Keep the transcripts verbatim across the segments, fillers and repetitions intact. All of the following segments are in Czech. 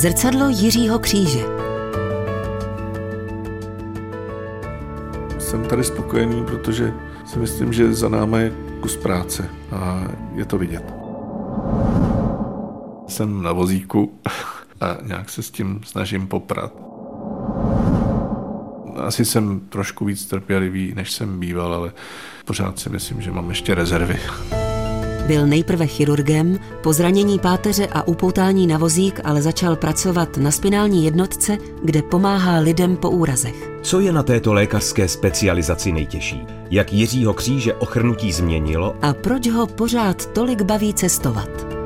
Zrcadlo Jiřího Kříže. Jsem tady spokojený, protože si myslím, že za námi je kus práce a je to vidět. Jsem na vozíku a nějak se s tím snažím poprat. Asi jsem trošku víc trpělivý, než jsem býval, ale pořád si myslím, že mám ještě rezervy. Byl nejprve chirurgem, po zranění páteře a upoutání na vozík ale začal pracovat na spinální jednotce, kde pomáhá lidem po úrazech. Co je na této lékařské specializaci nejtěžší? Jak Jiřího Kříže ochrnutí změnilo? A proč ho pořád tolik baví cestovat?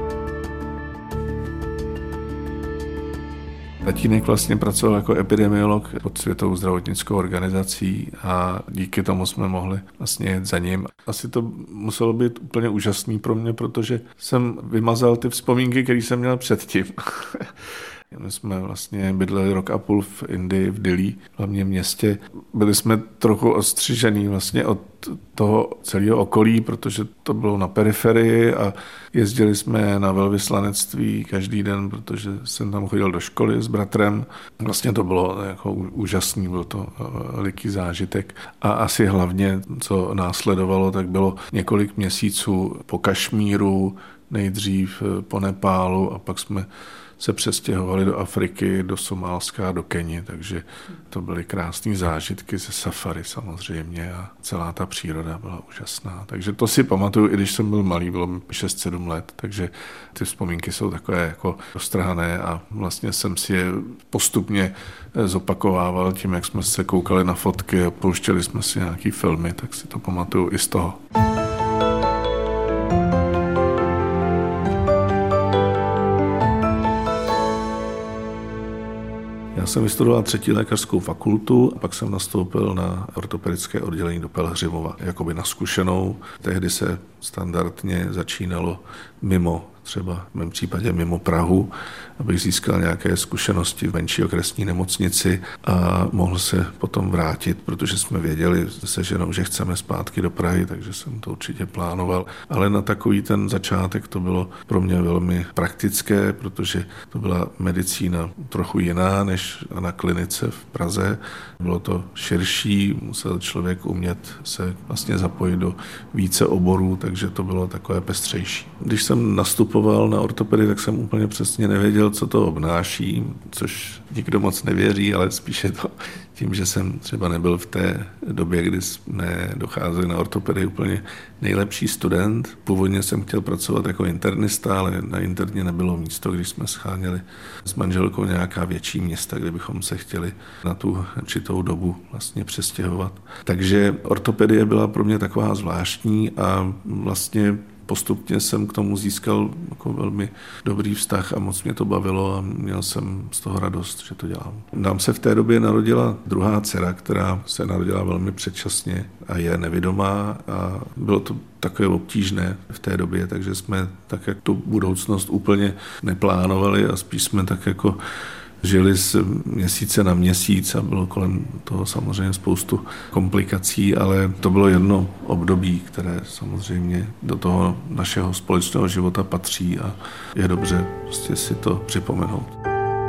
Tatínek vlastně pracoval jako epidemiolog pod Světovou zdravotnickou organizací a díky tomu jsme mohli vlastně jet za ním. Asi to muselo být úplně úžasný pro mě, protože jsem vymazal ty vzpomínky, které jsem měl předtím. My jsme vlastně bydleli rok a půl v Indii, v Dillí, v hlavním městě. Byli jsme trochu ostřižený vlastně od toho celého okolí, protože to bylo na periferii a jezdili jsme na velvyslanectví každý den, protože jsem tam chodil do školy s bratrem. Vlastně to bylo jako úžasný, byl to veliký zážitek. A asi hlavně, co následovalo, tak bylo několik měsíců po Kašmíru, nejdřív po Nepálu a pak jsme se přestěhovali do Afriky, do Somálska, do Keni, takže to byly krásné zážitky ze safari samozřejmě a celá ta příroda byla úžasná. Takže to si pamatuju, i když jsem byl malý, bylo mi šest sedm let, takže ty vzpomínky jsou takové jako roztrhané a vlastně jsem si je postupně zopakovával tím, jak jsme se koukali na fotky a pouštěli jsme si nějaký filmy, tak si to pamatuju i z toho. Já jsem vystudoval třetí lékařskou fakultu a pak jsem nastoupil na ortopedické oddělení do Pelhřimova, jakoby na zkušenou. Tehdy se standardně začínalo mimo, třeba v mém případě mimo Prahu, abych získal nějaké zkušenosti v menší okresní nemocnici a mohl se potom vrátit, protože jsme věděli se ženou, že chceme zpátky do Prahy, takže jsem to určitě plánoval. Ale na takový ten začátek to bylo pro mě velmi praktické, protože to byla medicína trochu jiná než na klinice v Praze. Bylo to širší, musel člověk umět se vlastně zapojit do více oborů, takže to bylo takové pestřejší. Když jsem nastupoval na ortopedii, tak jsem úplně přesně nevěděl, co to obnáší, což nikdo moc nevěří, ale spíše to tím, že jsem třeba nebyl v té době, kdy jsme docházeli na ortopedii úplně nejlepší student. Původně jsem chtěl pracovat jako internista, ale na interně nebylo místo, když jsme scháněli s manželkou nějaká větší města, kde bychom se chtěli na tu určitou dobu vlastně přestěhovat. Takže ortopedie byla pro mě taková zvláštní a vlastně postupně jsem k tomu získal jako velmi dobrý vztah a moc mě to bavilo a měl jsem z toho radost, že to dělám. Nám se v té době narodila druhá dcera, která se narodila velmi předčasně a je nevidomá a bylo to takové obtížné v té době, takže jsme tak jak tu budoucnost úplně neplánovali a spíš jsme tak jako žili z měsíce na měsíc a bylo kolem toho samozřejmě spoustu komplikací, ale to bylo jedno období, které samozřejmě do toho našeho společného života patří a je dobře prostě si to připomenout.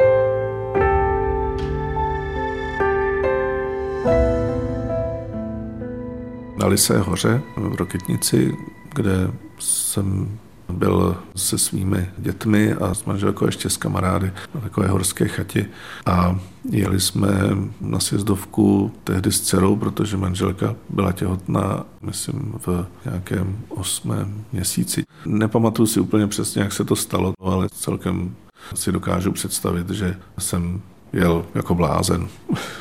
Na Lysé hoře v Rokytnici, kde jsem byl se svými dětmi a s manželkou ještě s kamarády na takové horské chatě a jeli jsme na sjezdovku tehdy s dcerou, protože manželka byla těhotná, myslím, v nějakém osmém měsíci. Nepamatuju si úplně přesně, jak se to stalo, ale celkem si dokážu představit, že jsem jel jako blázen.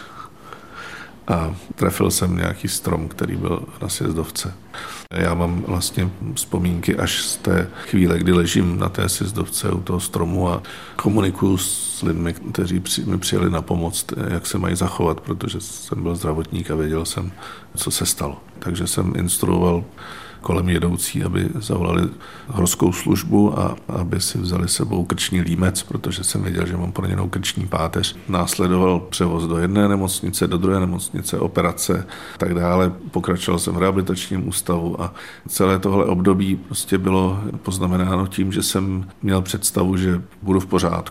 A trefil jsem nějaký strom, který byl na sjezdovce. Já mám vlastně vzpomínky až z té chvíle, kdy ležím na té sjezdovce u toho stromu a komunikuju s lidmi, kteří mi přijeli na pomoc, jak se mají zachovat, protože jsem byl zdravotník a věděl jsem, co se stalo. Takže jsem instruoval kolem jedoucí, aby zavolali horskou službu a aby si vzali sebou krční límec, protože jsem věděl, že mám poraněnou krční páteř. Následoval převoz do jedné nemocnice, do druhé nemocnice, operace a tak dále. Pokračoval jsem v rehabilitačním ústavu a celé tohle období prostě bylo poznamenáno tím, že jsem měl představu, že budu v pořádku.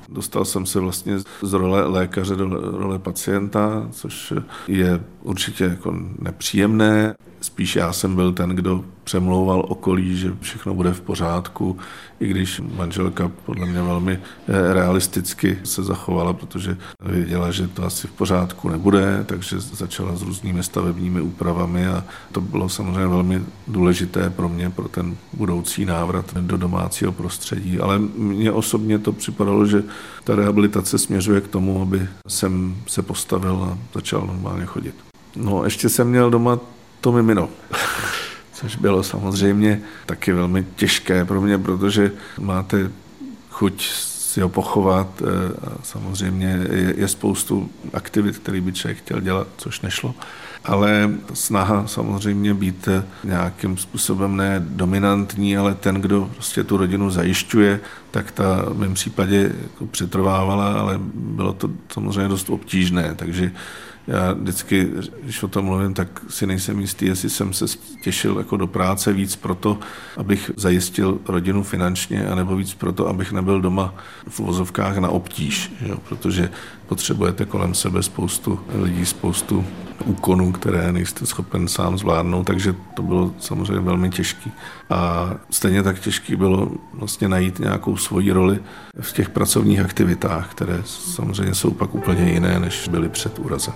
Dostal jsem se vlastně z role lékaře do role pacienta, což je určitě jako nepříjemné. Spíš já jsem byl ten, kdo přemlouval okolí, že všechno bude v pořádku, i když manželka podle mě velmi realisticky se zachovala, protože věděla, že to asi v pořádku nebude, takže začala s různými stavebními úpravami a to bylo samozřejmě velmi důležité pro mě, pro ten budoucí návrat do domácího prostředí. Ale mně osobně to připadalo, že ta rehabilitace směřuje k tomu, aby jsem se postavil a začal normálně chodit. No, ještě jsem měl doma to mimino, což bylo samozřejmě taky velmi těžké pro mě, protože máte chuť si ho pochovat a samozřejmě je, je spoustu aktivit, které by člověk chtěl dělat, což nešlo. Ale snaha samozřejmě být nějakým způsobem ne dominantní, ale ten, kdo prostě tu rodinu zajišťuje, tak ta v mém případě jako přetrvávala, ale bylo to samozřejmě dost obtížné, takže já vždycky, když o tom mluvím, tak si nejsem jistý, jestli jsem se těšil jako do práce víc proto, abych zajistil rodinu finančně, anebo víc proto, abych nebyl doma v uvozovkách na obtíž, jo? Protože potřebujete kolem sebe spoustu lidí, spoustu úkonů, které nejste schopen sám zvládnout, takže to bylo samozřejmě velmi těžké. A stejně tak těžké bylo vlastně najít nějakou svoji roli v těch pracovních aktivitách, které samozřejmě jsou pak úplně jiné, než byly před úrazem.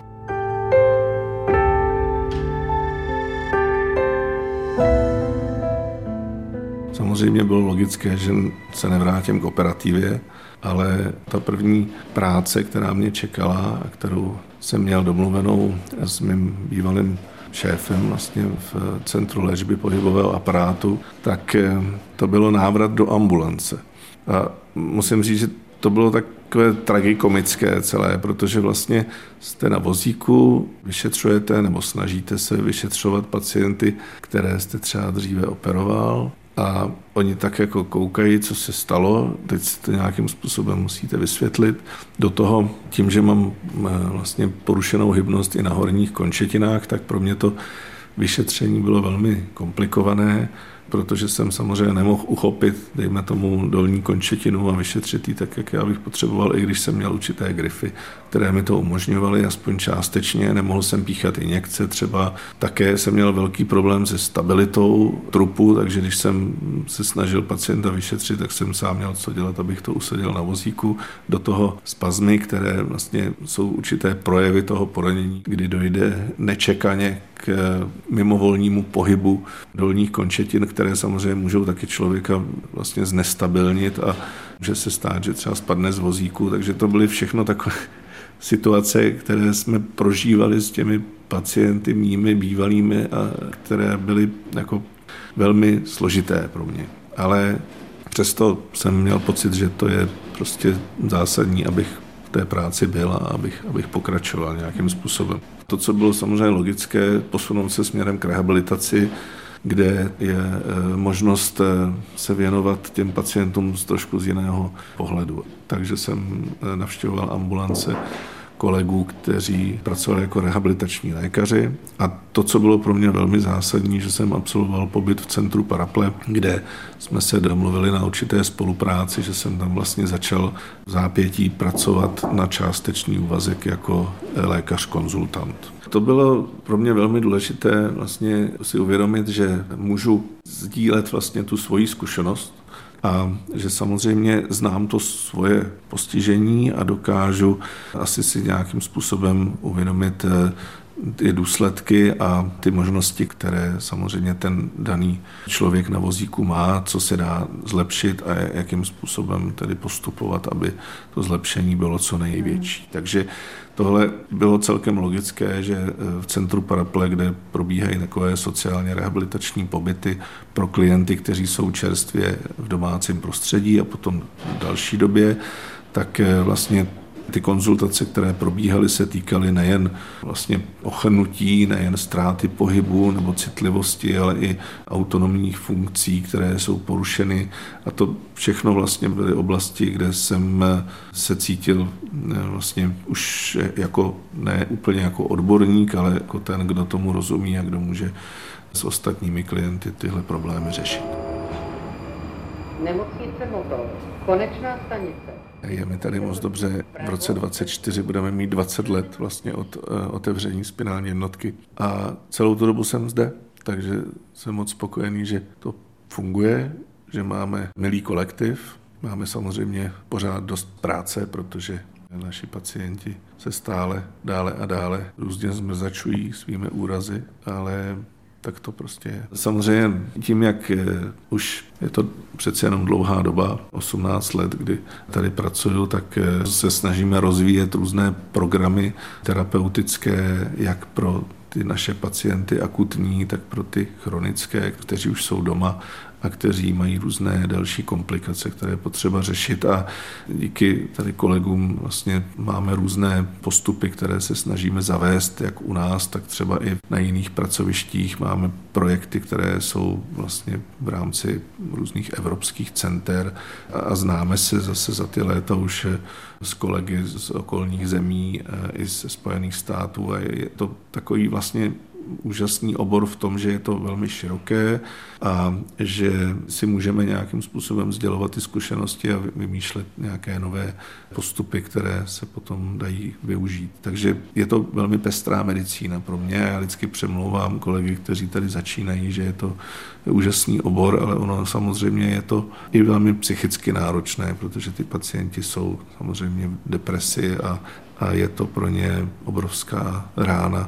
Samozřejmě bylo logické, že se nevrátím k operativě, ale ta první práce, která mě čekala a kterou jsem měl domluvenou s mým bývalým šéfem vlastně v Centru léčby pohybového aparátu, tak to bylo návrat do ambulance. A musím říct, že to bylo takové tragikomické celé, protože vlastně jste na vozíku, vyšetřujete nebo snažíte se vyšetřovat pacienty, které jste třeba dříve operoval, a oni tak jako koukají, co se stalo, teď si to nějakým způsobem musíte vysvětlit. Do toho, tím, že mám vlastně porušenou hybnost i na horních končetinách, tak pro mě to vyšetření bylo velmi komplikované, protože jsem samozřejmě nemohl uchopit, dejme tomu, dolní končetinu a vyšetřit ji tak, jak já bych potřeboval, i když jsem měl určité grify, které mi to umožňovaly, aspoň částečně. Nemohl jsem píchat injekce třeba. Také jsem měl velký problém se stabilitou trupu, takže když jsem se snažil pacienta vyšetřit, tak jsem sám měl co dělat, abych to usadil na vozíku. Do toho spazmy, které vlastně jsou určité projevy toho poranění, kdy dojde nečekaně k mimovolnímu pohybu dolních končetin, které samozřejmě můžou taky člověka vlastně znestabilnit a může se stát, že třeba spadne z vozíku, takže to byly všechno takové situace, které jsme prožívali s těmi pacienty mými bývalými a které byly jako velmi složité pro mě. Ale přesto jsem měl pocit, že to je prostě zásadní, abych v té práci byl a abych, abych pokračoval nějakým způsobem. To, co bylo samozřejmě logické, posunout se směrem k rehabilitaci, kde je možnost se věnovat těm pacientům z trošku z jiného pohledu. Takže jsem navštěvoval ambulance kolegů, kteří pracovali jako rehabilitační lékaři. A to, co bylo pro mě velmi zásadní, že jsem absolvoval pobyt v Centru Paraple, kde jsme se domluvili na určité spolupráci, že jsem tam vlastně začal v zápětí pracovat na částečný úvazek jako lékař-konzultant. To bylo pro mě velmi důležité vlastně si uvědomit, že můžu sdílet vlastně tu svoji zkušenost a že samozřejmě znám to svoje postižení a dokážu asi si nějakým způsobem uvědomit ty důsledky a ty možnosti, které samozřejmě ten daný člověk na vozíku má, co se dá zlepšit a jakým způsobem tedy postupovat, aby to zlepšení bylo co největší. Takže tohle bylo celkem logické, že v Centru Paraple, kde probíhají takové sociálně rehabilitační pobyty pro klienty, kteří jsou čerstvě v domácím prostředí a potom v další době, tak vlastně ty konzultace, které probíhaly, se týkaly nejen vlastně ochrnutí, nejen ztráty pohybu nebo citlivosti, ale i autonomních funkcí, které jsou porušeny. A to všechno vlastně byly oblasti, kde jsem se cítil vlastně už jako ne úplně jako odborník, ale jako ten, kdo tomu rozumí a kdo může s ostatními klienty tyhle problémy řešit. Nemocnice Motol, konečná stanice. Je mi tady moc dobře. V roce dvacet čtyři budeme mít dvacet let vlastně od otevření spinální jednotky. A celou tu dobu jsem zde, takže jsem moc spokojený, že to funguje, že máme milý kolektiv. Máme samozřejmě pořád dost práce, protože naši pacienti se stále dále a dále různě zmrzačují svými úrazy, ale tak to prostě je. Samozřejmě tím, jak je, už je to přece jenom dlouhá doba, osmnáct let, kdy tady pracuju, tak se snažíme rozvíjet různé programy terapeutické, jak pro ty naše pacienty akutní, tak pro ty chronické, kteří už jsou doma a kteří mají různé další komplikace, které je potřeba řešit. A díky tady kolegům vlastně máme různé postupy, které se snažíme zavést, jak u nás, tak třeba i na jiných pracovištích. Máme projekty, které jsou vlastně v rámci různých evropských center a známe se zase za ty léta už s kolegy z okolních zemí i ze Spojených států a je to takový vlastně úžasný obor v tom, že je to velmi široké a že si můžeme nějakým způsobem sdělovat ty zkušenosti a vymýšlet nějaké nové postupy, které se potom dají využít. Takže je to velmi pestrá medicína pro mě. Já vždycky přemlouvám kolegy, kteří tady začínají, že je to úžasný obor, ale ono samozřejmě je to i velmi psychicky náročné, protože ty pacienti jsou samozřejmě v depresi a, a je to pro ně obrovská rána.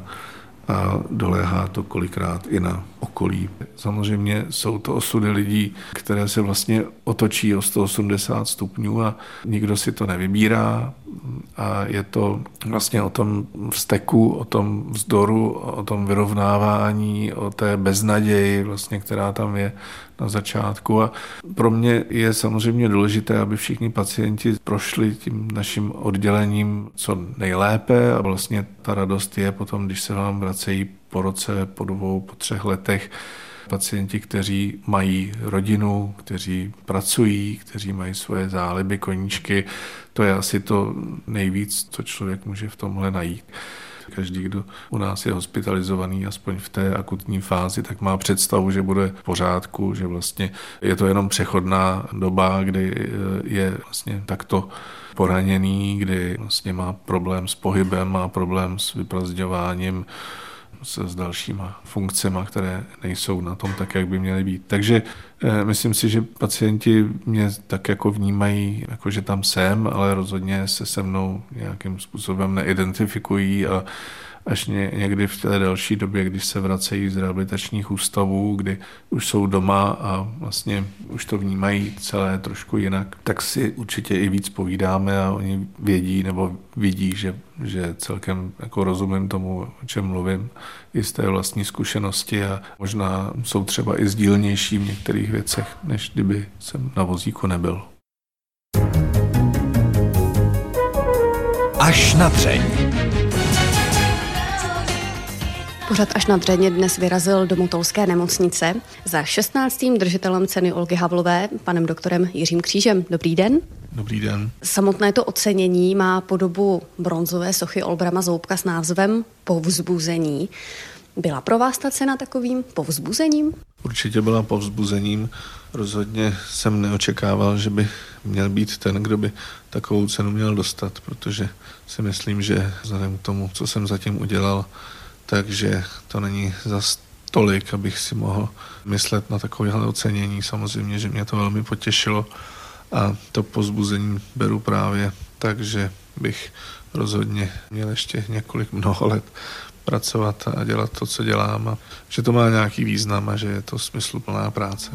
A doléhá to kolikrát i na okolí. Samozřejmě jsou to osudy lidí, které se vlastně otočí o sto osmdesát stupňů a nikdo si to nevybírá a je to vlastně o tom vzteku, o tom vzdoru, o tom vyrovnávání, o té beznaději, vlastně, která tam je na začátku. A pro mě je samozřejmě důležité, aby všichni pacienti prošli tím naším oddělením co nejlépe a vlastně ta radost je potom, když se vám vracejí po roce, po dvou, po třech letech pacienti, kteří mají rodinu, kteří pracují, kteří mají svoje záliby, koníčky. To je asi to nejvíc, co člověk může v tomhle najít. Každý, kdo u nás je hospitalizovaný, aspoň v té akutní fázi, tak má představu, že bude v pořádku, že vlastně je to jenom přechodná doba, kdy je vlastně takto poraněný, kdy vlastně má problém s pohybem, má problém s vyprazdňováním, se s dalšíma funkcemi, které nejsou na tom tak, jak by měly být. Takže eh, myslím si, že pacienti mě tak jako vnímají, jako že tam jsem, ale rozhodně se se mnou nějakým způsobem neidentifikují a až ně, někdy v té další době, když se vracejí z rehabilitačních ústavů, kdy už jsou doma a vlastně už to vnímají celé trošku jinak, tak si určitě i víc povídáme a oni vědí nebo vidí, že, že celkem jako rozumím tomu, o čem mluvím, i z té vlastní zkušenosti a možná jsou třeba i sdílnější v některých věcech, než kdyby jsem na vozíku nebyl. Až na dřeň. Pořad Až na dřeň dnes vyrazil do Motolské nemocnice za šestnáctým držitelem ceny Olgy Havlové, panem doktorem Jiřím Křížem. Dobrý den. Dobrý den. Samotné to ocenění má podobu bronzové sochy Olbrama Zoubka s názvem Povzbuzení. Byla pro vás ta cena takovým povzbuzením? Určitě byla povzbuzením. Rozhodně jsem neočekával, že by měl být ten, kdo by takovou cenu měl dostat, protože si myslím, že vzhledem k tomu, co jsem zatím udělal, takže to není zas tolik, abych si mohl myslet na takovéhle ocenění. Samozřejmě, že mě to velmi potěšilo a to povzbuzení beru právě tak, že bych rozhodně měl ještě několik mnoho let pracovat a dělat to, co dělám a že to má nějaký význam a že je to smysluplná práce.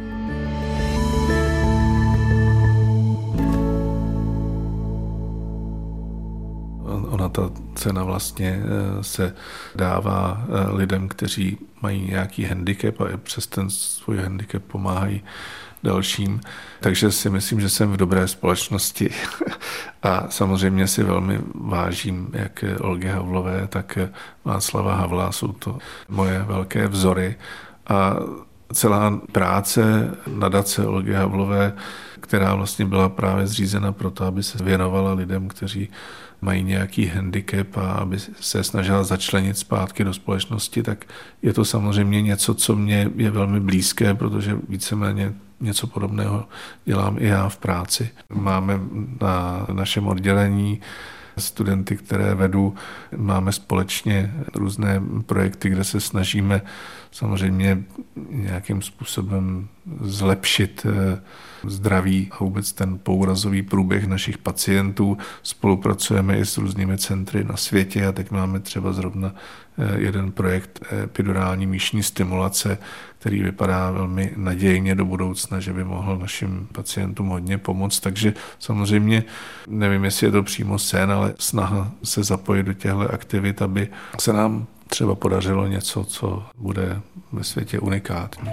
Ona ta cena vlastně se dává lidem, kteří mají nějaký handicap a přes ten svůj handicap pomáhají dalším. Takže si myslím, že jsem v dobré společnosti a samozřejmě si velmi vážím jak Olgy Havlové, tak Václava Havla. Jsou to moje velké vzory a celá práce nadace Olgy Havlové, která vlastně byla právě zřízena proto, aby se věnovala lidem, kteří mají nějaký handicap a aby se snažila začlenit zpátky do společnosti, tak je to samozřejmě něco, co mě je velmi blízké, protože víceméně něco podobného dělám i já v práci. Máme na našem oddělení studenty, které vedu, máme společně různé projekty, kde se snažíme samozřejmě nějakým způsobem zlepšit zdraví a vůbec ten poúrazový průběh našich pacientů. Spolupracujeme i s různými centry na světě a teď máme třeba zrovna jeden projekt epidurální míšní stimulace, který vypadá velmi nadějně do budoucna, že by mohl našim pacientům hodně pomoct. Takže samozřejmě nevím, jestli je to přímo sen, ale snaha se zapojit do těchto aktivit, aby se nám třeba podařilo něco, co bude ve světě unikátní.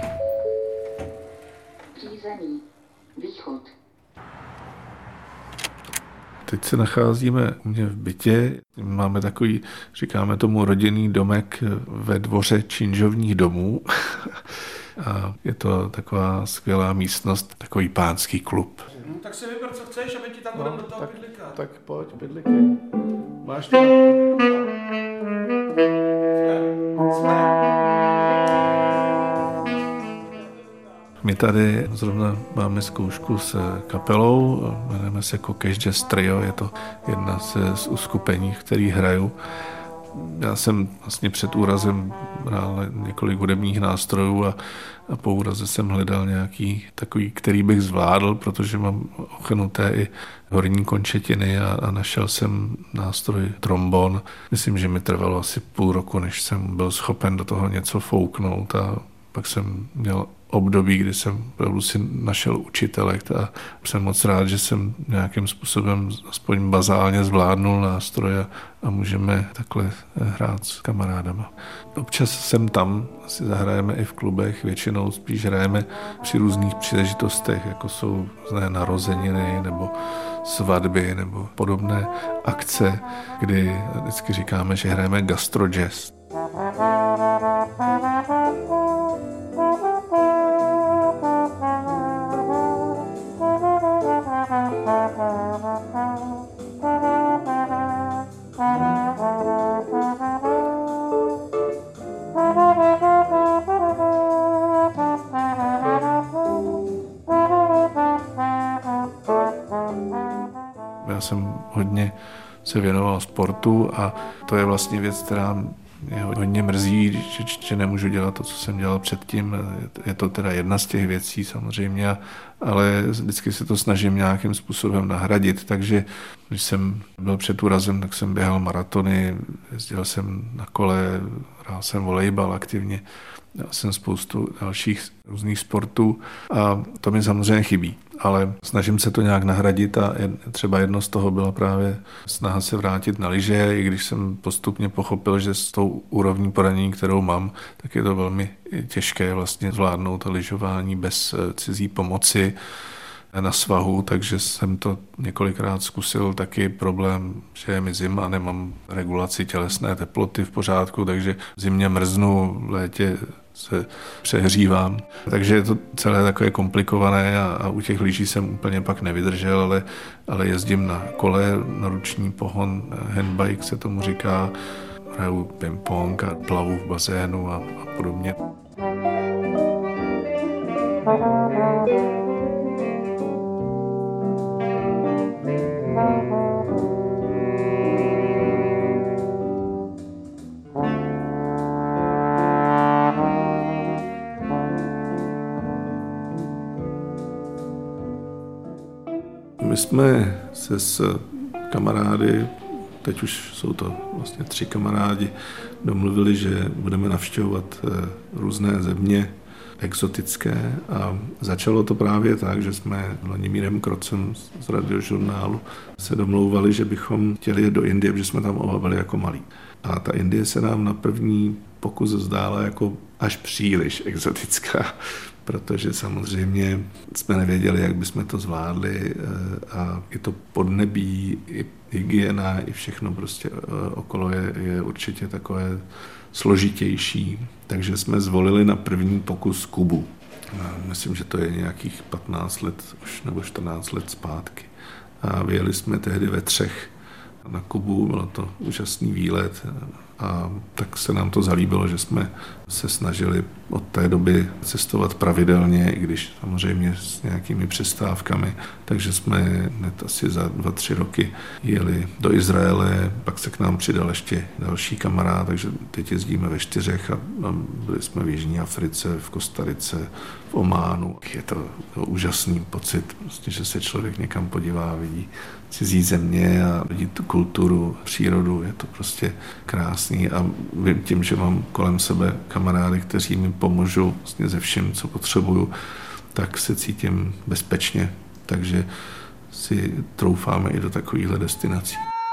Přízemí, východ. Teď se nacházíme u mě v bytě. Máme takový, říkáme tomu, rodinný domek ve dvoře činžovních domů. A je to taková skvělá místnost, takový pánský klub. No, tak si vyber, co chceš, aby ti tam budeme no, do toho tak, bydlikat. Tak pojď, bydliky. Máš to? My tady zrovna máme zkoušku s kapelou, jmenujeme se Kokesh Jazz Trio, je to jedna ze z uskupení, v kterých hraju. Já jsem vlastně před úrazem hrál několik hudebních nástrojů a, a po úraze jsem hledal nějaký takový, který bych zvládl, protože mám ochrnuté i horní končetiny a, a našel jsem nástroj trombon. Myslím, že mi trvalo asi půl roku, než jsem byl schopen do toho něco fouknout a pak jsem měl období, kdy jsem opravdu si našel učitele a jsem moc rád, že jsem nějakým způsobem aspoň bazálně zvládnul nástroj a, a můžeme takhle hrát s kamarádama. Občas jsem tam, si zahrajeme i v klubech, většinou spíš hrajeme při různých příležitostech, jako jsou různé narozeniny nebo svatby nebo podobné akce, kdy vždycky říkáme, že hrajeme gastro jazz. Já jsem hodně se věnoval sportu a to je vlastně věc, která mě hodně mrzí, že, že nemůžu dělat to, co jsem dělal předtím. Je to teda jedna z těch věcí samozřejmě, ale vždycky se to snažím nějakým způsobem nahradit, takže když jsem byl před úrazem, tak jsem běhal maratony, jezdil jsem na kole, hrál jsem volejbal aktivně, dělal jsem spoustu dalších různých sportů a to mi samozřejmě chybí. Ale snažím se to nějak nahradit a třeba jedno z toho byla právě snaha se vrátit na lyže, i když jsem postupně pochopil, že s tou úrovní poranění, kterou mám, tak je to velmi těžké vlastně zvládnout to lyžování bez cizí pomoci na svahu, takže jsem to několikrát zkusil, taky problém, že je mi zima a nemám regulaci tělesné teploty v pořádku, takže v zimě mrznu, v létě se přehřívám. Takže je to celé takové komplikované a, a u těch lyží jsem úplně pak nevydržel, ale, ale jezdím na kole, na ruční pohon, handbike se tomu říká, hraju ping-pong a plavu v bazénu a, a podobně. My jsme se s kamarády, teď už jsou to vlastně tři kamarádi, domluvili, že budeme navštěvovat různé země exotické a začalo to právě tak, že jsme Vladimírem Krocem z Radiožurnálu se domlouvali, že bychom chtěli jet do Indie, protože jsme tam oba byli jako malí. A ta Indie se nám na první pokus zdála jako až příliš exotická, protože samozřejmě jsme nevěděli, jak bychom to zvládli a i to podnebí, i hygiena, i všechno prostě okolo je, je určitě takové složitější. Takže jsme zvolili na první pokus Kubu. Myslím, že to je nějakých patnáct let už nebo čtrnáct let zpátky. A vyjeli jsme tehdy ve třech na Kubu, bylo to úžasný výlet a tak se nám to zalíbilo, že jsme se snažili od té doby cestovat pravidelně, i když samozřejmě s nějakými přestávkami, takže jsme hned asi za dva, tři roky jeli do Izraele, pak se k nám přidal ještě další kamarád, takže teď jezdíme ve čtyřech a byli jsme v Jižní Africe, v Kostarice, v Ománu. Je to úžasný pocit, prostě, že se člověk někam podívá, vidí cizí země a vidí tu kulturu, přírodu, je to prostě krásný a vím tím, že mám kolem sebe kamarády, kteří mi pomůžou vlastně ze všem, co potřebuju, tak se cítím bezpečně, takže si troufáme i do takovýchhle destinací.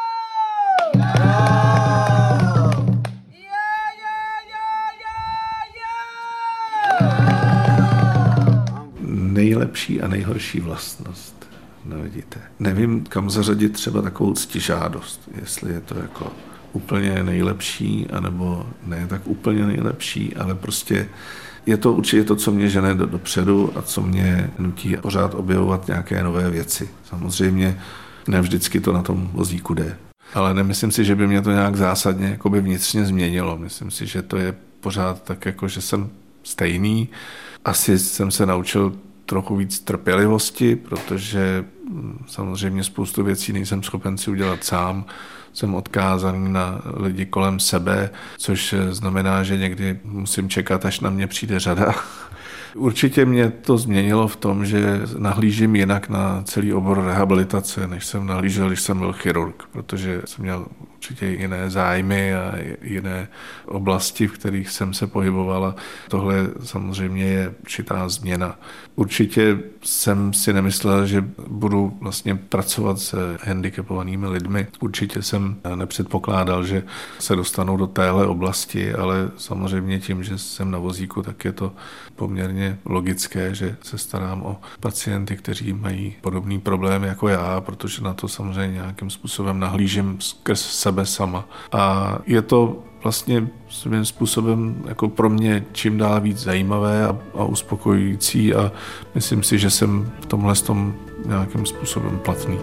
Nejlepší a nejhorší vlastnost. No vidíte. Nevím, kam zařadit třeba takovou ctižádost, jestli je to jako úplně nejlepší, anebo ne tak úplně nejlepší, ale prostě je to určitě to, co mě žene do, dopředu a co mě nutí pořád objevovat nějaké nové věci. Samozřejmě ne vždycky to na tom vozíku jde. Ale nemyslím si, že by mě to nějak zásadně jakoby vnitřně změnilo. Myslím si, že to je pořád tak, jako že jsem stejný. Asi jsem se naučil trochu víc trpělivosti, protože samozřejmě spoustu věcí nejsem schopen si udělat sám. Jsem odkázaný na lidi kolem sebe, což znamená, že někdy musím čekat, až na mě přijde řada. Určitě mě to změnilo v tom, že nahlížím jinak na celý obor rehabilitace, než jsem nahlížel, když jsem byl chirurg, protože jsem měl určitě jiné zájmy a jiné oblasti, v kterých jsem se pohyboval a tohle samozřejmě je určitá změna. Určitě jsem si nemyslel, že budu vlastně pracovat s handicapovanými lidmi. Určitě jsem nepředpokládal, že se dostanou do téhle oblasti, ale samozřejmě tím, že jsem na vozíku, tak je to poměrně logické, že se starám o pacienty, kteří mají podobný problém jako já, protože na to samozřejmě nějakým způsobem nahlížím skrz sebe sama. A je to vlastně svým způsobem jako pro mě čím dál víc zajímavé a, a uspokojující a myslím si, že jsem v tomhle tom nějakým způsobem platný.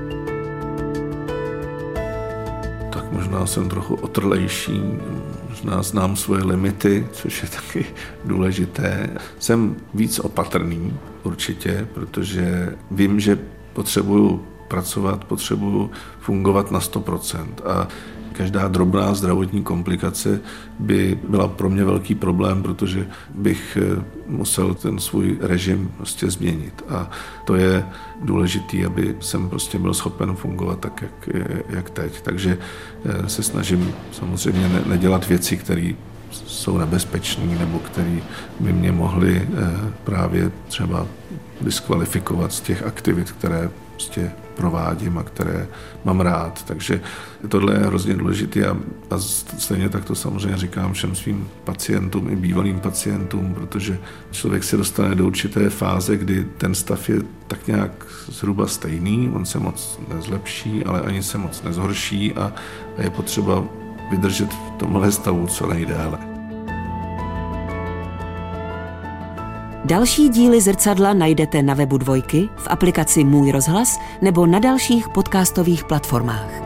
Tak možná jsem trochu otrlejší, možná znám svoje limity, což je taky důležité. Jsem víc opatrný určitě, protože vím, že potřebuju pracovat, potřebuju fungovat na sto procent a každá drobná zdravotní komplikace by byla pro mě velký problém, protože bych musel ten svůj režim prostě změnit. A to je důležité, aby jsem prostě byl schopen fungovat tak, jak, jak teď. Takže se snažím samozřejmě nedělat věci, které jsou nebezpečné nebo které by mě mohly právě třeba diskvalifikovat z těch aktivit, které prostě provádím a které mám rád. Takže tohle je hrozně důležité a, a stejně tak to samozřejmě říkám všem svým pacientům i bývalým pacientům, protože člověk se dostane do určité fáze, kdy ten stav je tak nějak zhruba stejný, on se moc nezlepší, ale ani se moc nezhorší a je potřeba vydržet v tomhle stavu co nejdéle. Další díly Zrcadla najdete na webu Dvojky, v aplikaci Můj rozhlas nebo na dalších podcastových platformách.